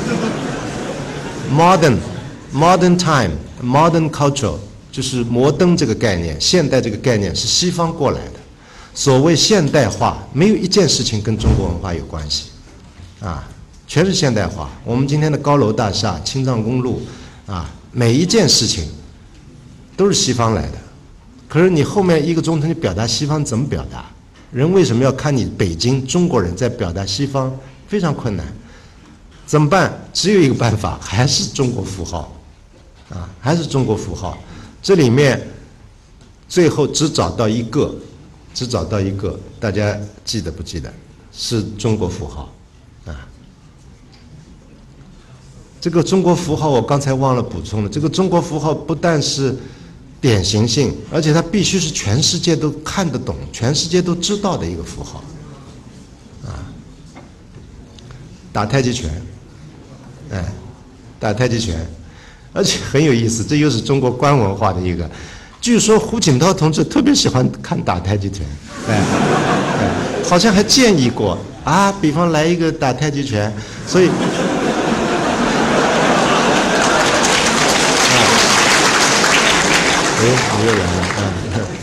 ，modern time，modern culture 就是摩登这个概念，现代这个概念是西方过来的。所谓现代化，没有一件事情跟中国文化有关系，啊。全是现代化。我们今天的高楼大厦、青藏公路，啊，每一件事情都是西方来的。可是你后面1个钟头你表达西方怎么表达？人为什么要看你北京中国人在表达西方？非常困难。怎么办？只有一个办法，还是中国符号，啊，还是中国符号。这里面最后只找到一个，大家记得不记得？是中国符号。这个中国符号我刚才忘了补充了，这个中国符号不但是典型性，而且它必须是全世界都看得懂、全世界都知道的一个符号，啊，打太极拳，哎，打太极拳，而且很有意思，这又是中国官文化的一个，据说胡锦涛同志特别喜欢看打太极拳，哎，好像还建议过啊，比方来一个打太极拳，所以。 我又来了，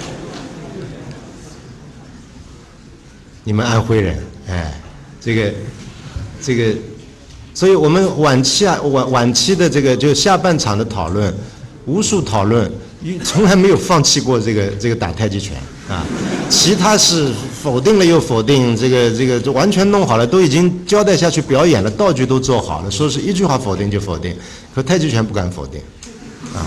你们安徽人，这个，所以我们晚期的这个就下半场的讨论，无数讨论，从来没有放弃过这个打太极拳啊，其他是否定了又否定，这个完全弄好了，都已经交代下去表演了，道具都做好了，说是一句话否定就否定，可太极拳不敢否定，啊。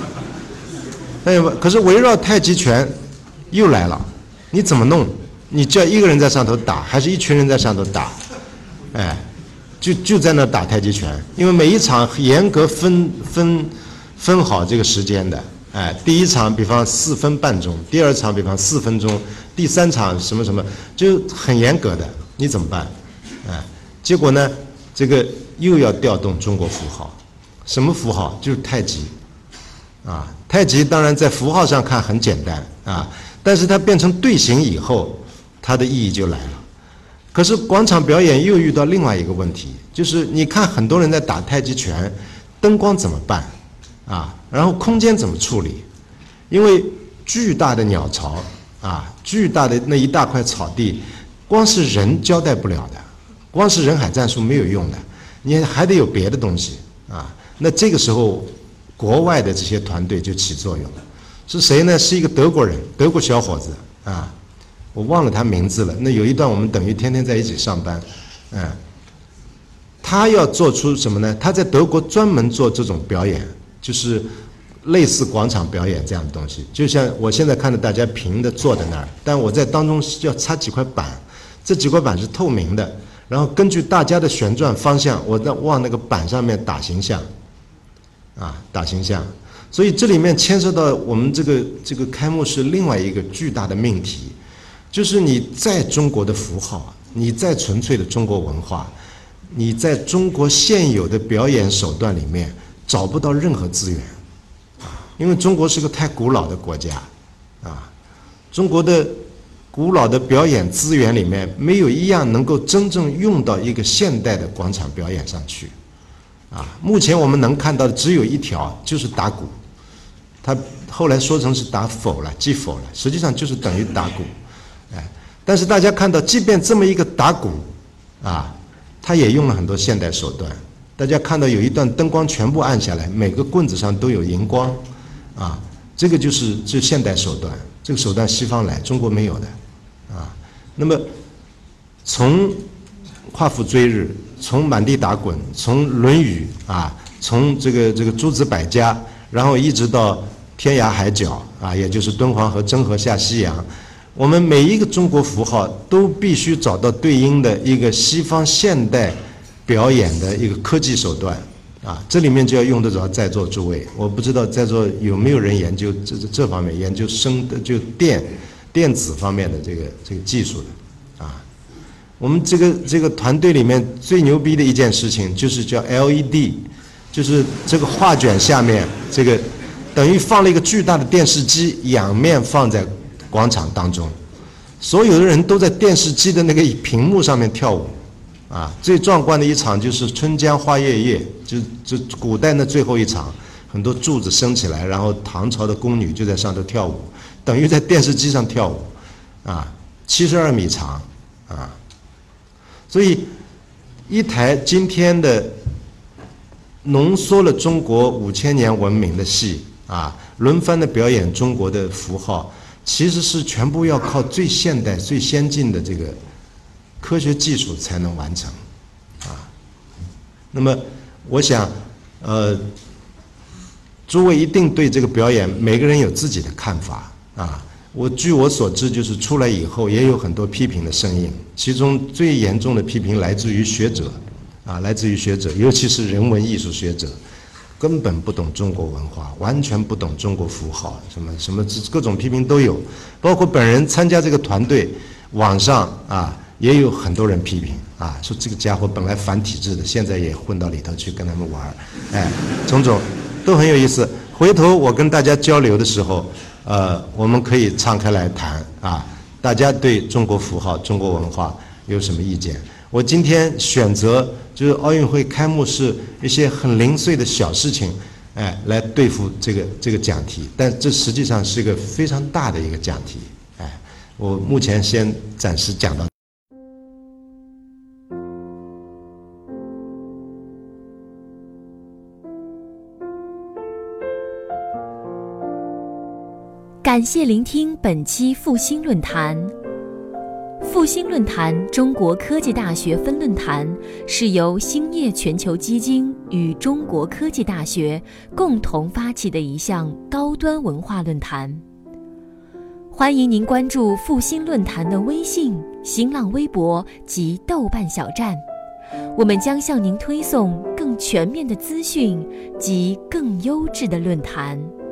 可是围绕太极拳又来了，你怎么弄？你叫一个人在上头打，还是一群人在上头打？就在那打太极拳，因为每一场严格分好这个时间的，第一场比方4分半钟，第二场比方4分钟，第三场什么什么，就很严格的，你怎么办？结果呢，这个又要调动中国符号，什么符号？就是太极。太极当然在符号上看很简单但是它变成队形以后，它的意义就来了。可是广场表演又遇到另外一个问题，就是你看很多人在打太极拳，灯光怎么办然后空间怎么处理？因为巨大的鸟巢巨大的那一大块草地，光是人交代不了的，光是人海战术没有用的，你还得有别的东西那这个时候国外的这些团队就起作用了，是谁呢？是一个德国人，德国小伙子我忘了他名字了。那有一段我们等于天天在一起上班，他要做出什么呢？他在德国专门做这种表演，就是类似广场表演这样的东西。就像我现在看到大家平的坐在那儿，但我在当中要插几块板，这几块板是透明的，然后根据大家的旋转方向，我在往那个板上面打形象。打形象，所以这里面牵涉到我们这个开幕式另外一个巨大的命题，就是你在中国的符号，你在纯粹的中国文化，你在中国现有的表演手段里面找不到任何资源，因为中国是个太古老的国家，中国的古老的表演资源里面没有一样能够真正用到一个现代的广场表演上去。目前我们能看到的只有一条，就是打鼓，他后来说成是打否了，击否了，实际上就是等于打鼓，但是大家看到，即便这么一个打鼓，他也用了很多现代手段。大家看到有一段灯光全部暗下来，每个棍子上都有荧光，这个就是现代手段，这个手段西方来，中国没有的，那么从夸父追日，从满地打滚，从《论语》从这个诸子百家，然后一直到天涯海角也就是敦煌和真河下西洋，我们每一个中国符号都必须找到对应的一个西方现代表演的一个科技手段这里面就要用得着在座诸位。我不知道在座有没有人研究这方面，研究就电子方面的这个技术的。我们这个团队里面最牛逼的一件事情就是叫 LED， 就是这个画卷下面这个等于放了一个巨大的电视机，仰面放在广场当中，所有的人都在电视机的那个屏幕上面跳舞最壮观的一场就是春江花月夜，就古代的最后一场，很多柱子升起来，然后唐朝的宫女就在上头跳舞，等于在电视机上跳舞72米长所以一台今天的浓缩了中国5000年文明的戏轮番的表演中国的符号，其实是全部要靠最现代最先进的这个科学技术才能完成那么我想诸位一定对这个表演每个人有自己的看法据我所知，就是出来以后也有很多批评的声音，其中最严重的批评来自于学者来自于学者，尤其是人文艺术学者，根本不懂中国文化，完全不懂中国符号，什么各种批评都有，包括本人参加这个团队，网上也有很多人批评说这个家伙本来反体制的，现在也混到里头去跟他们玩种种都很有意思。回头我跟大家交流的时候我们可以敞开来谈大家对中国符号、中国文化有什么意见？我今天选择就是奥运会开幕式一些很零碎的小事情， 来对付这个讲题，但这实际上是一个非常大的一个讲题，我目前先暂时讲到。 感谢聆听本期复兴论坛。复兴论坛中国科技大学分论坛是由兴业全球基金与中国科技大学共同发起的一项高端文化论坛。欢迎您关注复兴论坛的微信、新浪微博及豆瓣小站，我们将向您推送更全面的资讯及更优质的论坛。